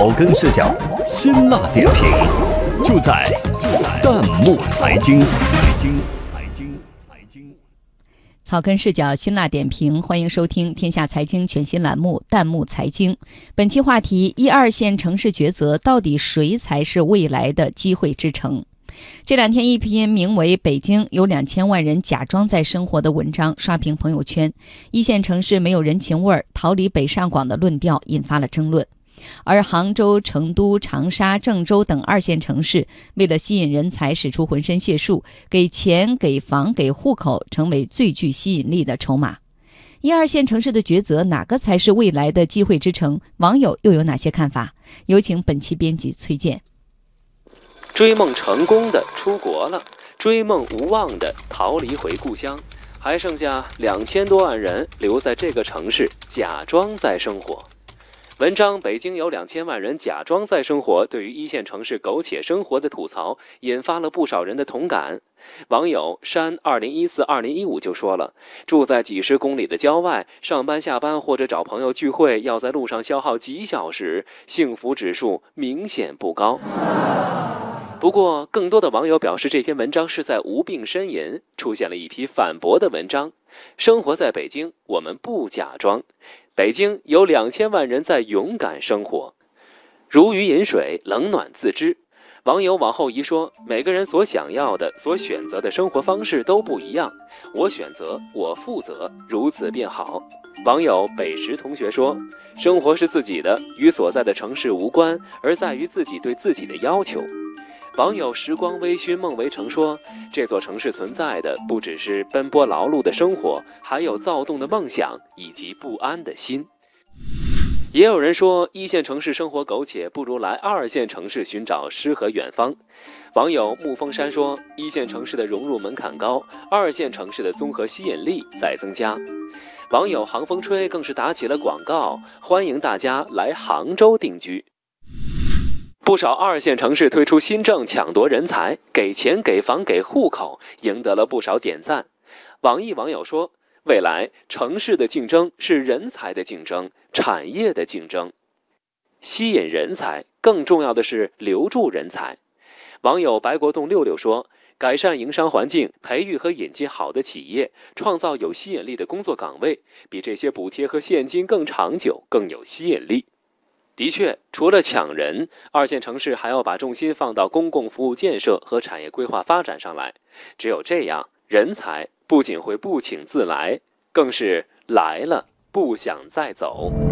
草根视角，辛辣点评，就在弹幕财经。 草根视角，辛辣点评，欢迎收听天下财经全新栏目弹幕财经。本期话题：一二线城市抉择，到底谁才是未来的机会之城？这两天一篇名为《北京有2000万人假装在生活》的文章刷屏朋友圈，一线城市没有人情味儿，逃离北上广的论调引发了争论。而杭州、成都、长沙、郑州等二线城市为了吸引人才，使出浑身解数，给钱、给房、给户口成为最具吸引力的筹码。一二线城市的抉择，哪个才是未来的机会之城？网友又有哪些看法？有请本期编辑崔健。 追梦成功的出国了，追梦无望的逃离回故乡，还剩下2000多万人留在这个城市，假装在生活。文章《北京有2000万人假装在生活》对于一线城市苟且生活的吐槽，引发了不少人的同感。网友山2014-2015就说了，住在几十公里的郊外，上班下班或者找朋友聚会，要在路上消耗几小时，幸福指数明显不高。不过，更多的网友表示，这篇文章是在无病呻吟，出现了一批反驳的文章。生活在北京，我们不假装。北京有2000万人在勇敢生活，如鱼饮水，冷暖自知。网友往后移说，每个人所想要的、所选择的生活方式都不一样，我选择，我负责，如此便好。网友北石同学说，生活是自己的，与所在的城市无关，而在于自己对自己的要求。网友时光微醺梦围城说，这座城市存在的不只是奔波劳碌的生活，还有躁动的梦想以及不安的心。也有人说，一线城市生活苟且，不如来二线城市寻找诗和远方。网友沐风山说，一线城市的融入门槛高，二线城市的综合吸引力在增加。网友航风吹更是打起了广告，欢迎大家来杭州定居。不少二线城市推出新政抢夺人才，给钱、给房、给户口，赢得了不少点赞。网易网友说，未来城市的竞争是人才的竞争，产业的竞争。吸引人才，更重要的是留住人才。网友白国栋66说，改善营商环境，培育和引进好的企业，创造有吸引力的工作岗位，比这些补贴和现金更长久，更有吸引力。的确，除了抢人，二线城市还要把重心放到公共服务建设和产业规划发展上来。只有这样，人才不仅会不请自来，更是来了不想再走。